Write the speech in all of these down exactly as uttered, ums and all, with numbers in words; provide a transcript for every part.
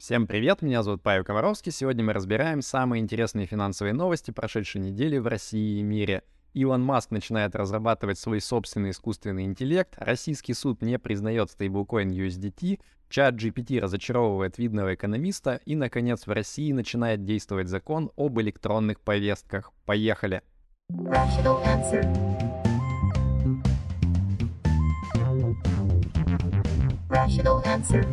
Всем привет, меня зовут Павел Комаровский. Сегодня мы разбираем самые интересные финансовые новости прошедшей недели в России и мире. Илон Маск начинает разрабатывать свой собственный искусственный интеллект, российский суд не признает стейблкоин ю эс ди ти, чат джи пи ти разочаровывает видного экономиста и, наконец, в России начинает действовать закон об электронных повестках. Поехали! Rational answer. Rational answer.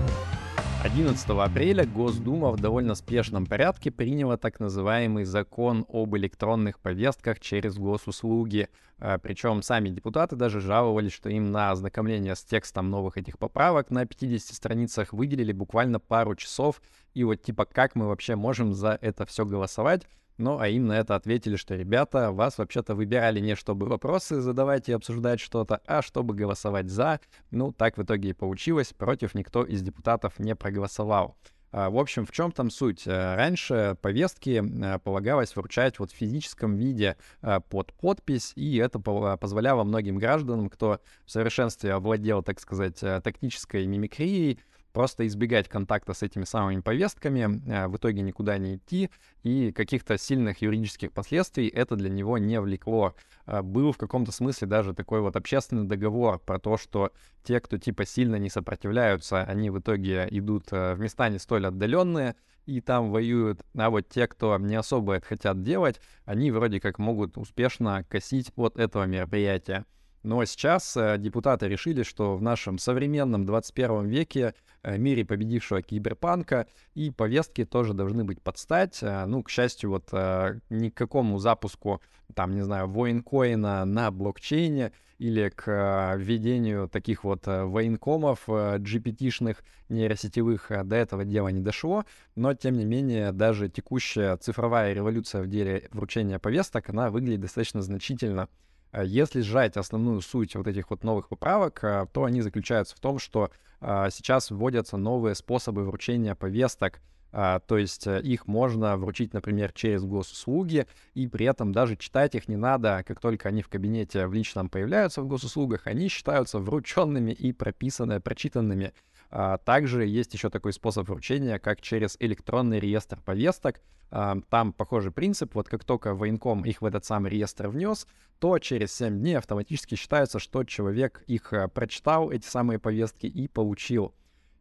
одиннадцатого апреля Госдума в довольно спешном порядке приняла так называемый закон об электронных повестках через госуслуги. А, Причем сами депутаты даже жаловались, что им на ознакомление с текстом новых этих поправок на пятидесяти страницах выделили буквально пару часов. И вот типа как мы вообще можем за это все голосовать? Ну, а им на это ответили, что, ребята, вас вообще-то выбирали не чтобы вопросы задавать и обсуждать что-то, а чтобы голосовать за. Ну, так в итоге и получилось. Против никто из депутатов не проголосовал. А, В общем, в чем там суть? Э, Раньше повестки э, полагалось вручать вот в физическом виде э, под подпись, и это по- позволяло многим гражданам, кто в совершенстве овладел, так сказать, э, тактической мимикрией, просто избегать контакта с этими самыми повестками, э, в итоге никуда не идти, и каких-то сильных юридических последствий это для него не влекло. Э, Был в каком-то смысле даже такой вот общественный договор про то, что те, кто типа сильно не сопротивляются, они в итоге идут э, в места не столь отдаленные и там воюют, а вот те, кто не особо это хотят делать, они вроде как могут успешно косить от этого мероприятия. Но сейчас э, депутаты решили, что в нашем современном двадцать первом веке, э, мире победившего киберпанка, и повестки тоже должны быть под стать. Э, ну, к счастью, вот э, ни к какому запуску, там, не знаю, военкоина на блокчейне или к э, введению таких вот э, военкомов э, джи пи ти-шных нейросетевых э, до этого дела не дошло. Но, тем не менее, даже текущая цифровая революция в деле вручения повесток, она выглядит достаточно значительно. Э, Если сжать основную суть вот этих вот новых поправок, э, то они заключаются в том, что э, сейчас вводятся новые способы вручения повесток. А, То есть э, их можно вручить, например, через госуслуги, и при этом даже читать их не надо. Как только они в кабинете в личном появляются в госуслугах, они считаются врученными и прописаны, прочитанными. А, Также есть еще такой способ вручения, как через электронный реестр повесток. А, Там похожий принцип. Вот как только военком их в этот самый реестр внес, то через семь дней автоматически считается, что человек их э, прочитал, эти самые повестки, и получил.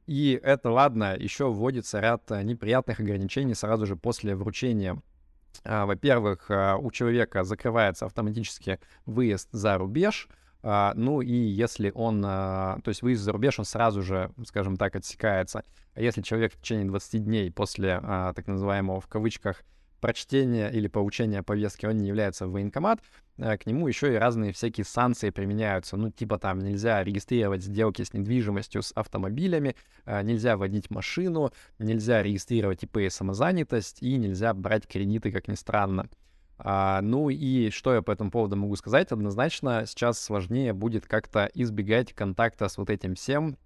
И это, ладно, еще вводится ряд э, неприятных ограничений сразу же после вручения. А, Во-первых, а, у человека закрывается автоматически выезд за рубеж. А, Ну и если он, а, то есть выезд за рубеж, он сразу же, скажем так, отсекается. А если человек в течение двадцати дней после а, так называемого в кавычках прочтения или получения повестки, он не является в военкомат, э, к нему еще и разные всякие санкции применяются. Ну, типа там нельзя регистрировать сделки с недвижимостью, с автомобилями, э, нельзя водить машину, нельзя регистрировать ИП и самозанятость, и нельзя брать кредиты, как ни странно. А, ну и что я по этому поводу могу сказать? Однозначно сейчас сложнее будет как-то избегать контакта с вот этим всем.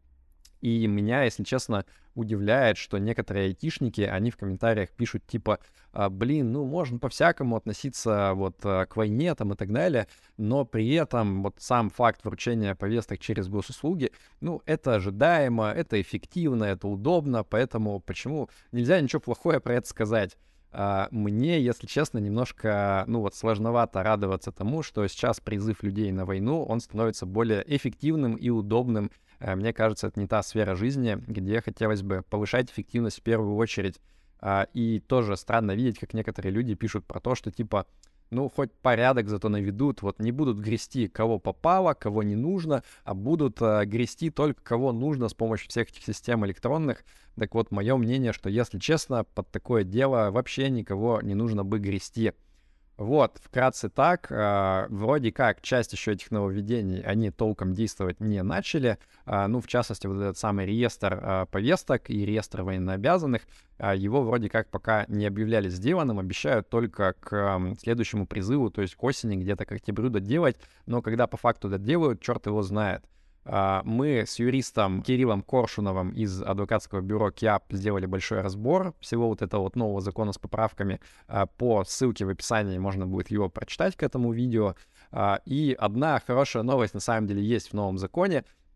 И меня, если честно, удивляет, что некоторые айтишники, они в комментариях пишут типа, «А, блин, ну можно по-всякому относиться вот а, к войне там и так далее, но при этом вот сам факт вручения повесток через госуслуги, ну это ожидаемо, это эффективно, это удобно, поэтому почему нельзя ничего плохое про это сказать?» А, Мне, если честно, немножко, ну вот, сложновато радоваться тому, что сейчас призыв людей на войну, он становится более эффективным и удобным. Э, Мне кажется, это не та сфера жизни, где хотелось бы повышать эффективность в первую очередь. А, И тоже странно видеть, как некоторые люди пишут про то, что типа, ну, хоть порядок зато наведут, вот не будут грести кого попало, кого не нужно, а будут э, грести только кого нужно с помощью всех этих систем электронных. Так вот, мое мнение, что, если честно, под такое дело вообще никого не нужно бы грести. Вот, вкратце так. А, Вроде как часть еще этих нововведений, они толком действовать не начали. А, Ну, в частности, вот этот самый реестр а, повесток и реестр военнообязанных, а, его вроде как пока не объявляли сделанным, обещают только к ам, следующему призыву, то есть к осени, где-то к октябрю доделать. Но когда по факту доделают, черт его знает. А, Мы с юристом Кириллом Коршуновым из адвокатского бюро КИАП сделали большой разбор всего вот этого вот нового закона с поправками. А, По ссылке в описании можно будет его прочитать к этому видео. А, И одна хорошая новость на самом деле есть в новом законе.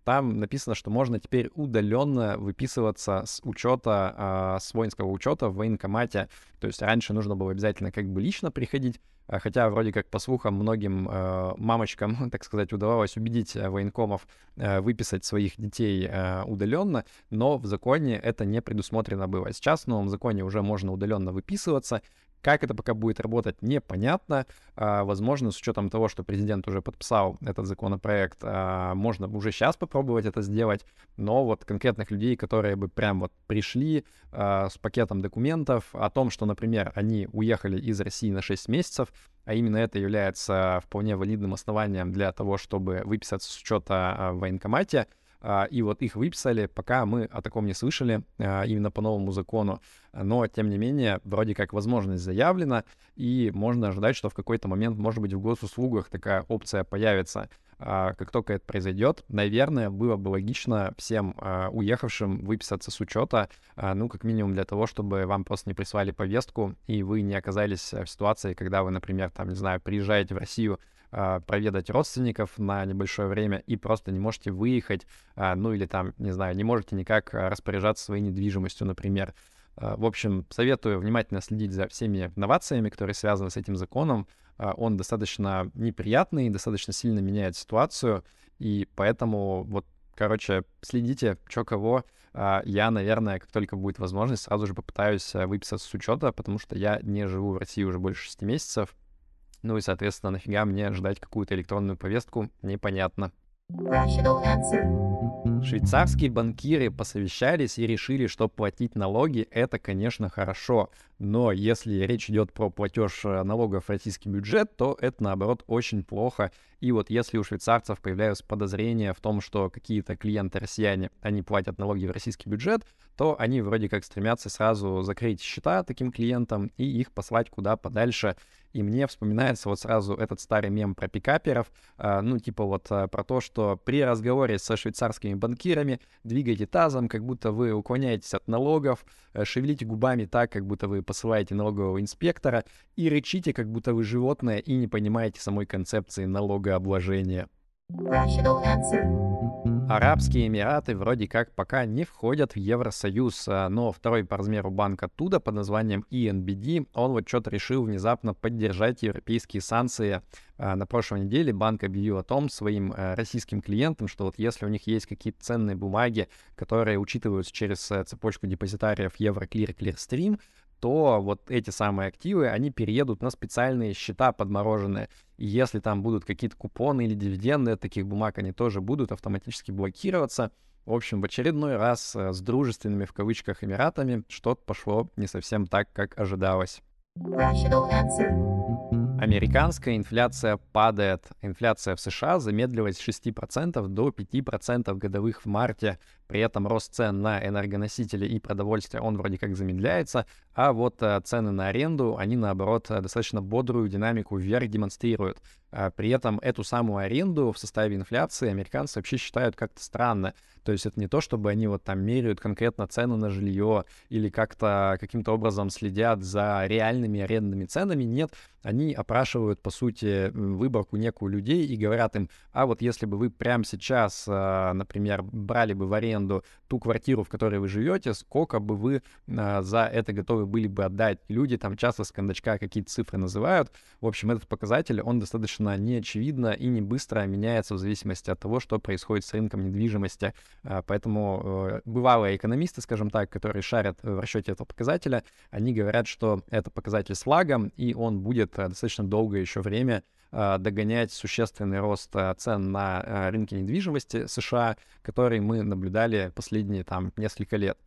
там написано, что можно теперь удаленно выписываться с учета, а, с воинского учета в военкомате. То есть раньше нужно было обязательно как бы лично приходить, а, хотя вроде как по слухам многим э, мамочкам, так сказать, удавалось убедить э, военкомов э, выписать своих детей э, удаленно, но в законе это не предусмотрено было. Сейчас в новом законе уже можно удаленно выписываться. Как это пока будет работать, непонятно. А, возможно, с учетом того, что президент уже подписал этот законопроект, а, можно уже сейчас попробовать это сделать. Но вот конкретных людей, которые бы прям вот пришли а, с пакетом документов о том, что, например, они уехали из России на шесть месяцев, а именно это является вполне валидным основанием для того, чтобы выписаться с учета а, в военкомате, а, и вот их выписали, пока мы о таком не слышали, а, именно по новому закону. Но, тем не менее, вроде как возможность заявлена, и можно ожидать, что в какой-то момент, может быть, в госуслугах такая опция появится. А, как только это произойдет, наверное, было бы логично всем а, уехавшим выписаться с учета, а, ну, как минимум для того, чтобы вам просто не прислали повестку, и вы не оказались в ситуации, когда вы, например, там, не знаю, приезжаете в Россию а, проведать родственников на небольшое время и просто не можете выехать, а, ну, или там, не знаю, не можете никак а, распоряжаться своей недвижимостью, например. В общем, советую внимательно следить за всеми новациями, которые связаны с этим законом. Он достаточно неприятный, достаточно сильно меняет ситуацию, и поэтому вот, короче, следите, чё кого. Я, наверное, как только будет возможность, сразу же попытаюсь выписаться с учета, потому что я не живу в России уже больше шести месяцев. Ну и, соответственно, нафига мне ждать какую-то электронную повестку, непонятно. Rational answer. Швейцарские банкиры посовещались и решили, что платить налоги — это, конечно, хорошо. Но если речь идет про платеж налогов в российский бюджет, то это, наоборот, очень плохо. И вот если у швейцарцев появляются подозрения в том, что какие-то клиенты-россияне, они платят налоги в российский бюджет, то они вроде как стремятся сразу закрыть счета таким клиентам и их послать куда подальше. И мне вспоминается вот сразу этот старый мем про пикаперов, э, ну, типа вот э, про то, что при разговоре со швейцарскими банкирами двигайте тазом, как будто вы уклоняетесь от налогов, э, шевелите губами так, как будто вы посылаете налогового инспектора, и рычите, как будто вы животное и не понимаете самой концепции налогообложения. Rational answer. Арабские Эмираты вроде как пока не входят в Евросоюз, но второй по размеру банк оттуда под названием и эн би ди, он вот что-то решил внезапно поддержать европейские санкции. На прошлой неделе банк объявил о том своим российским клиентам, что вот если у них есть какие-то ценные бумаги, которые учитываются через цепочку депозитариев Euroclear, Clearstream, то вот эти самые активы, они переедут на специальные счета подмороженные. И если там будут какие-то купоны или дивиденды от таких бумаг, они тоже будут автоматически блокироваться. В общем, в очередной раз с дружественными в кавычках Эмиратами что-то пошло не совсем так, как ожидалось. Rational answer. Американская инфляция падает. Инфляция в США замедлилась с шести процентов до пяти процентов годовых в марте. При этом рост цен на энергоносители и продовольствие, он вроде как замедляется, а вот э, цены на аренду, они наоборот достаточно бодрую динамику вверх демонстрируют. А при этом эту самую аренду в составе инфляции американцы вообще считают как-то странно. То есть это не то, чтобы они вот там меряют конкретно цены на жилье или как-то каким-то образом следят за реальными арендными ценами. Нет, они опрашивают, по сути, выборку некую людей и говорят им, а вот если бы вы прямо сейчас, например, брали бы в аренду ту квартиру, в которой вы живете, сколько бы вы за это готовы были бы отдать? Люди там часто с кондачка какие-то цифры называют. В общем, этот показатель, он достаточно неочевидно и не быстро меняется в зависимости от того, что происходит с рынком недвижимости. Поэтому бывалые экономисты, скажем так, которые шарят в расчете этого показателя, они говорят, что это показатель с лагом, и он будет достаточно долгое еще время догонять существенный рост цен на рынке недвижимости США, который мы наблюдали последние там несколько лет.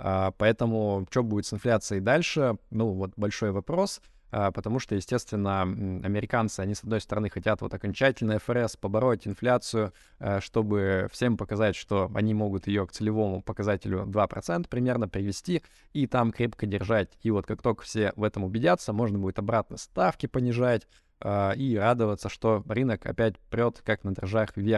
Поэтому что будет с инфляцией дальше? Ну, вот большой вопрос. Потому что, естественно, американцы, они, с одной стороны, хотят вот окончательно эф эр эс побороть инфляцию, чтобы всем показать, что они могут ее к целевому показателю два процента примерно привести и там крепко держать. И вот как только все в этом убедятся, можно будет обратно ставки понижать и радоваться, что рынок опять прет как на дрожжах вверх.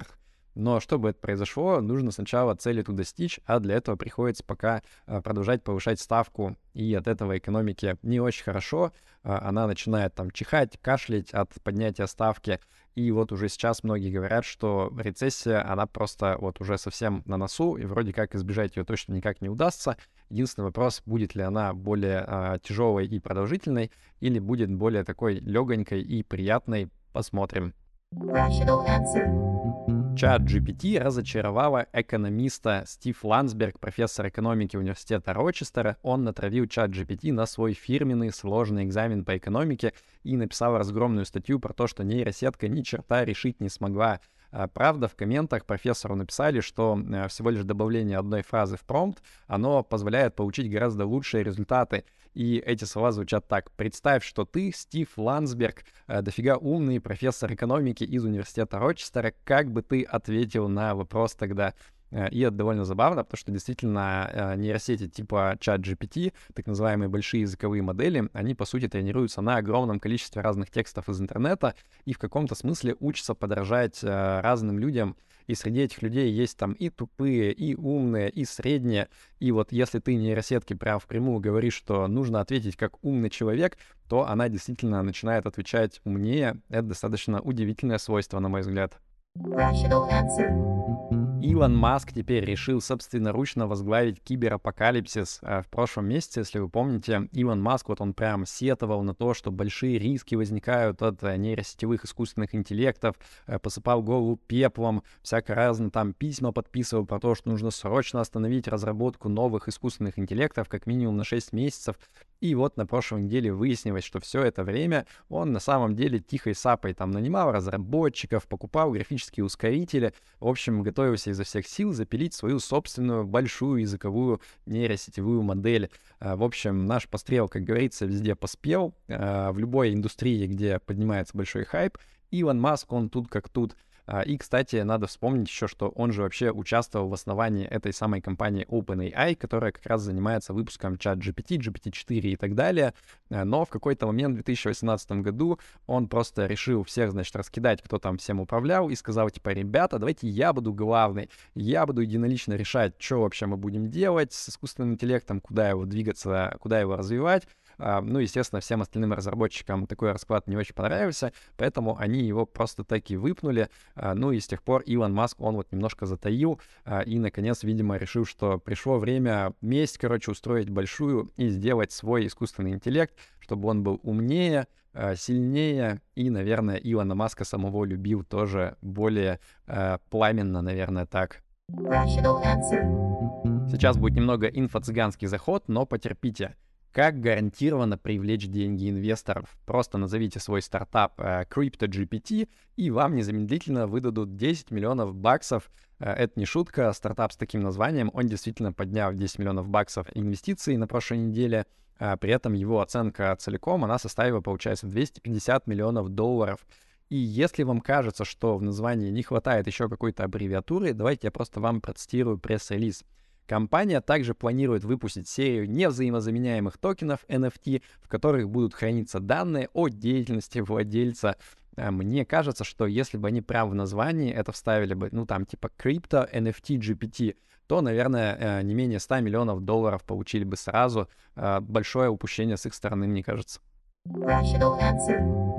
Но чтобы это произошло, нужно сначала цель эту достичь, а для этого приходится пока а, продолжать повышать ставку, и от этого экономике не очень хорошо. А, Она начинает там чихать, кашлять от поднятия ставки. И вот уже сейчас многие говорят, что рецессия, она просто вот уже совсем на носу, и вроде как избежать ее точно никак не удастся. Единственный вопрос, будет ли она более а, тяжелой и продолжительной, или будет более такой легонькой и приятной. Посмотрим. Rational answer. Чат джи пи ти разочаровала экономиста Стив Ландсберг, профессор экономики университета Рочестера. Он натравил чат джи пи ти на свой фирменный сложный экзамен по экономике и написал разгромную статью про то, что нейросетка ни черта решить не смогла. А, Правда, в комментах профессору написали, что э, всего лишь добавление одной фразы в промпт, оно позволяет получить гораздо лучшие результаты. И эти слова звучат так. Представь, что ты, Стив Ландсберг, э, дофига умный профессор экономики из университета Рочестера, как бы ты ответил на вопрос тогда? Э, И это довольно забавно, потому что действительно э, нейросети типа чат джи пи ти, так называемые большие языковые модели, они по сути тренируются на огромном количестве разных текстов из интернета и в каком-то смысле учатся подражать э, разным людям. И среди этих людей есть там и тупые, и умные, и средние. И вот если ты нейросетке прям впрямую говоришь, что нужно ответить как умный человек, то она действительно начинает отвечать умнее. Это достаточно удивительное свойство, на мой взгляд. Rational answer. Илон Маск теперь решил собственноручно возглавить киберапокалипсис. А В прошлом месяце, если вы помните, Илон Маск, вот он прям сетовал на то, что большие риски возникают от э, нейросетевых искусственных интеллектов, э, посыпал голову пеплом, всяко разно там письма подписывал про то, что нужно срочно остановить разработку новых искусственных интеллектов как минимум на шесть месяцев. И вот на прошлой неделе выяснилось, что все это время он на самом деле тихой сапой там нанимал разработчиков, покупал графические ускорители, в общем, готовился изо всех сил запилить свою собственную большую языковую нейросетевую модель. А, В общем, наш пострел, как говорится, везде поспел. А, В любой индустрии, где поднимается большой хайп, Илон Маск, он тут как тут. А, И, кстати, надо вспомнить еще, что он же вообще участвовал в основании этой самой компании OpenAI, которая как раз занимается выпуском чат джи пи ти, джи пи ти четыре и так далее. А, Но в какой-то момент в две тысячи восемнадцатом году он просто решил всех, значит, раскидать, кто там всем управлял, и сказал, типа, ребята, давайте я буду главный, я буду единолично решать, что вообще мы будем делать с искусственным интеллектом, куда его двигаться, куда его развивать. А, Ну, естественно, всем остальным разработчикам такой расклад не очень понравился, поэтому они его просто таки выпнули. А, Ну и с тех пор Илон Маск, он вот немножко затаил а, и, наконец, видимо, решил, что пришло время месть, короче, устроить большую и сделать свой искусственный интеллект, чтобы он был умнее, а, сильнее и, наверное, Илона Маска самого любил тоже более а, пламенно, наверное, так. Rational answer. Сейчас будет немного инфо-цыганский заход, но потерпите. Как гарантированно привлечь деньги инвесторов? Просто назовите свой стартап э, CryptoGPT, и вам незамедлительно выдадут десять миллионов баксов. Э, это не шутка, стартап с таким названием, он действительно поднял десять миллионов баксов инвестиций на прошлой неделе. А при этом его оценка целиком, она составила, получается, двести пятьдесят миллионов долларов. И если вам кажется, что в названии не хватает еще какой-то аббревиатуры, давайте я просто вам процитирую пресс-релиз. Компания также планирует выпустить серию невзаимозаменяемых токенов эн эф ти, в которых будут храниться данные о деятельности владельца. А Мне кажется, что если бы они прямо в названии это вставили бы, ну там типа Crypto эн эф ти джи пи ти, то, наверное, э, не менее ста миллионов долларов получили бы сразу. Э, Большое упущение с их стороны, мне кажется. Rational answer.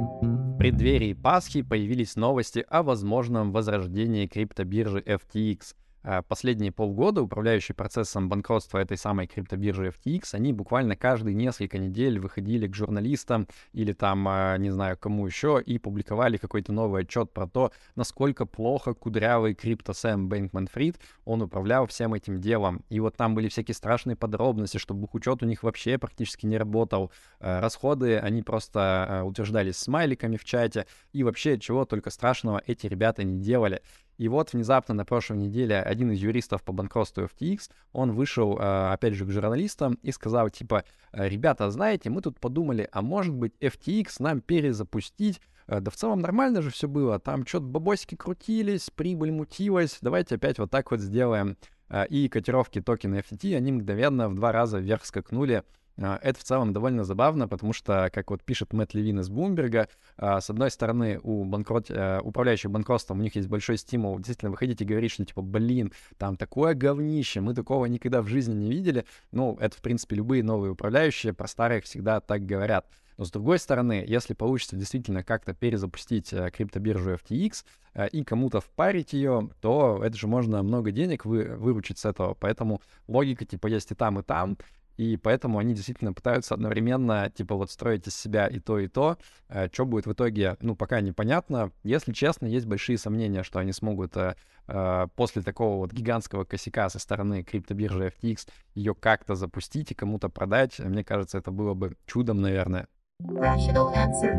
В преддверии Пасхи появились новости о возможном возрождении криптобиржи эф ти экс. А Последние полгода управляющие процессом банкротства этой самой криптобиржи эф ти экс, они буквально каждые несколько недель выходили к журналистам или там, а, не знаю, кому еще, и публиковали какой-то новый отчет про то, насколько плохо кудрявый крипто-Сэм Бэнкман-Фрид, он управлял всем этим делом. И вот там были всякие страшные подробности, что бухучет у них вообще практически не работал. А, Расходы, они просто а, утверждались смайликами в чате, и вообще чего только страшного эти ребята не делали. И вот внезапно на прошлой неделе один из юристов по банкротству эф ти экс, он вышел, э, опять же, к журналистам и сказал, типа, ребята, знаете, мы тут подумали, а может быть эф ти экс нам перезапустить? Э, Да в целом нормально же все было, там что-то бабосики крутились, прибыль мутилась, давайте опять вот так вот сделаем. Э, И котировки токена эф ти ти, они мгновенно в два раза вверх скакнули. А, Это в целом довольно забавно, потому что, как вот пишет Мэтт Левин из Блумберга, а, с одной стороны, у банкрот... э, управляющих банкротством у них есть большой стимул действительно выходить и говорить, что типа, блин, там такое говнище, мы такого никогда в жизни не видели. Ну, это, в принципе, любые новые управляющие про старых всегда так говорят. Но с другой стороны, если получится действительно как-то перезапустить э, криптобиржу эф ти экс э, и кому-то впарить ее, то это же можно много денег вы... выручить с этого. Поэтому логика типа есть и там, и там. И поэтому они действительно пытаются одновременно, типа, вот строить из себя и то, и то. Э, Что будет в итоге, ну, пока непонятно. Если честно, есть большие сомнения, что они смогут э, э, после такого вот гигантского косяка со стороны криптобиржи эф ти экс ее как-то запустить и кому-то продать. Мне кажется, это было бы чудом, наверное. Rational answer.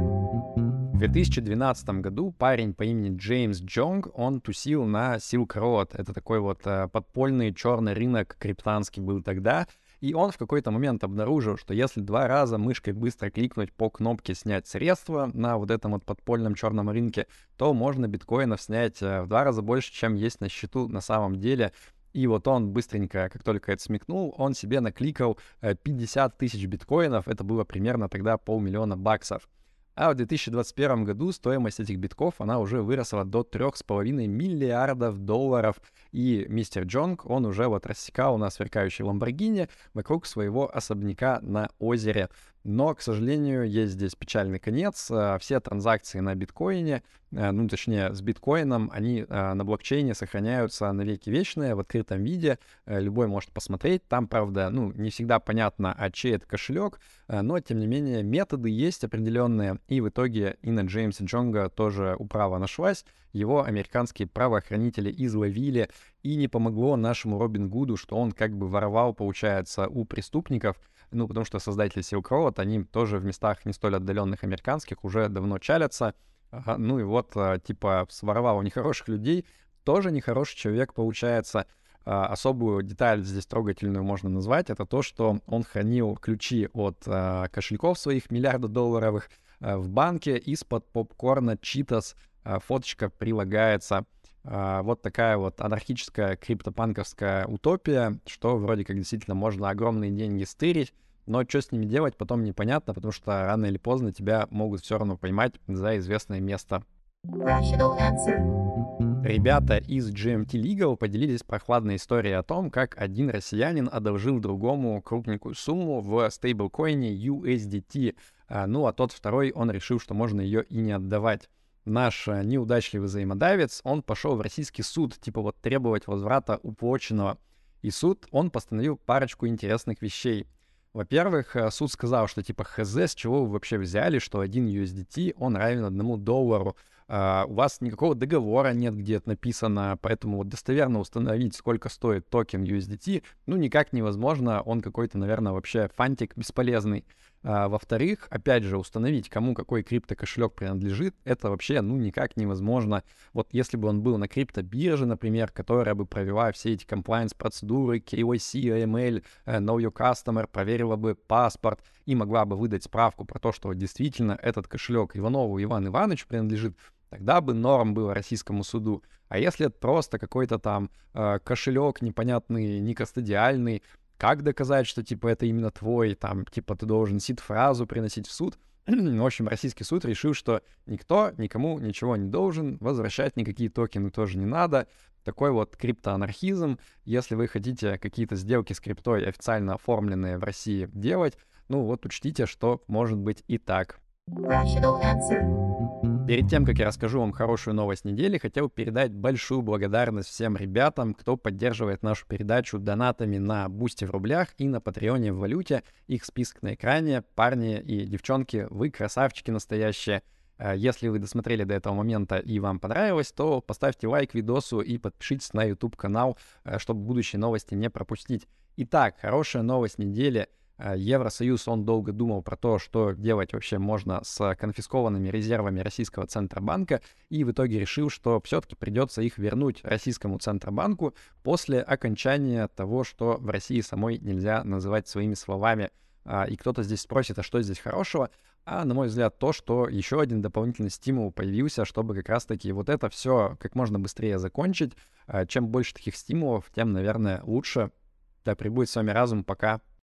В две тысячи двенадцатом году парень по имени Джеймс Джонг, он тусил на Silk Road. Это такой вот э, подпольный черный рынок криптанский был тогда. И он в какой-то момент обнаружил, что если два раза мышкой быстро кликнуть по кнопке «Снять средства» на вот этом вот подпольном черном рынке, то можно биткоинов снять э, в два раза больше, чем есть на счету на самом деле. И вот он быстренько, как только это смекнул, он себе накликал э, пятьдесят тысяч биткоинов. Это было примерно тогда полмиллиона баксов. А в две тысячи двадцать первом году стоимость этих битков, она уже выросла до трёх с половиной миллиардов долларов. И мистер Джонг, он уже вот рассекал на сверкающей Ламборгини вокруг своего особняка на озере. Но, к сожалению, есть здесь печальный конец. А, Все транзакции на биткоине, а, ну, точнее, с биткоином, они а, на блокчейне сохраняются навеки вечные в открытом виде. А, Любой может посмотреть. Там, правда, ну, не всегда понятно, а чей это кошелек, а, но, тем не менее, методы есть определенные. И в итоге и на Джеймса Джонга тоже управа нашлась. Его американские правоохранители изловили, и не помогло нашему Робин Гуду, что он как бы воровал, получается, у преступников. Ну, потому что создатели Silk Road, они тоже в местах не столь отдаленных американских уже давно чалятся. Ага, ну и вот, а, типа, своровал у нехороших людей. Тоже нехороший человек, получается. А, Особую деталь здесь трогательную можно назвать. Это то, что он хранил ключи от а, кошельков своих миллиарда долларовых а, в банке из-под попкорна Cheetos. А, Фоточка прилагается. А, Вот такая вот анархическая криптопанковская утопия, что вроде как действительно можно огромные деньги стырить, но что с ними делать, потом непонятно, потому что рано или поздно тебя могут все равно поймать за известное место. Rational answer. Ребята из джи эм ти Legal поделились прохладной историей о том, как один россиянин одолжил другому крупненькую сумму в стейблкоине ю эс ди ти, а, ну а тот второй, он решил, что можно ее и не отдавать. Наш а, неудачливый взаимодавец, он пошел в российский суд, типа вот требовать возврата уплоченного. И суд, он постановил парочку интересных вещей. Во-первых, э, суд сказал, что типа хз, с чего вы вообще взяли, что один ю эс ди ти, он равен одному доллару. А, у вас никакого договора нет, где это написано, поэтому вот достоверно установить, сколько стоит токен ю эс ди ти, ну, никак невозможно, он какой-то, наверное, вообще фантик бесполезный. А, во-вторых, опять же, установить, кому какой криптокошелек принадлежит, это вообще, ну, никак невозможно. Вот если бы он был на криптобирже, например, которая бы провела все эти комплайнс-процедуры, кей уай си, эй эм эл, э, Know Your Customer, проверила бы паспорт и могла бы выдать справку про то, что вот действительно этот кошелек Иванову Ивану Ивановичу принадлежит, тогда бы норм было российскому суду. А если это просто какой-то там э, кошелек непонятный, некастодиальный, как доказать, что, типа, это именно твой, там, типа, ты должен сид-фразу приносить в суд? В общем, российский суд решил, что никто никому ничего не должен, возвращать никакие токены тоже не надо. Такой вот криптоанархизм. Если вы хотите какие-то сделки с криптой официально оформленные в России делать, ну вот учтите, что может быть и так. Rational answer. Перед тем, как я расскажу вам хорошую новость недели, хотел передать большую благодарность всем ребятам, кто поддерживает нашу передачу донатами на Бусти в рублях и на Патреоне в валюте. Их список на экране. Парни и девчонки, вы красавчики настоящие. Э, Если вы досмотрели до этого момента и вам понравилось, то поставьте лайк видосу и подпишитесь на YouTube-канал, э, чтобы будущие новости не пропустить. Итак, хорошая новость недели. Э, Евросоюз, он долго думал про то, что делать вообще можно с конфискованными резервами российского Центробанка, и в итоге решил, что все-таки придется их вернуть российскому Центробанку после окончания того, что в России самой нельзя называть своими словами. А, И кто-то здесь спросит, а что здесь хорошего? А, на мой взгляд, то, что еще один дополнительный стимул появился, чтобы как раз-таки вот это все как можно быстрее закончить. А, Чем больше таких стимулов, тем, наверное, лучше. Да пребудет с вами разум. Пока.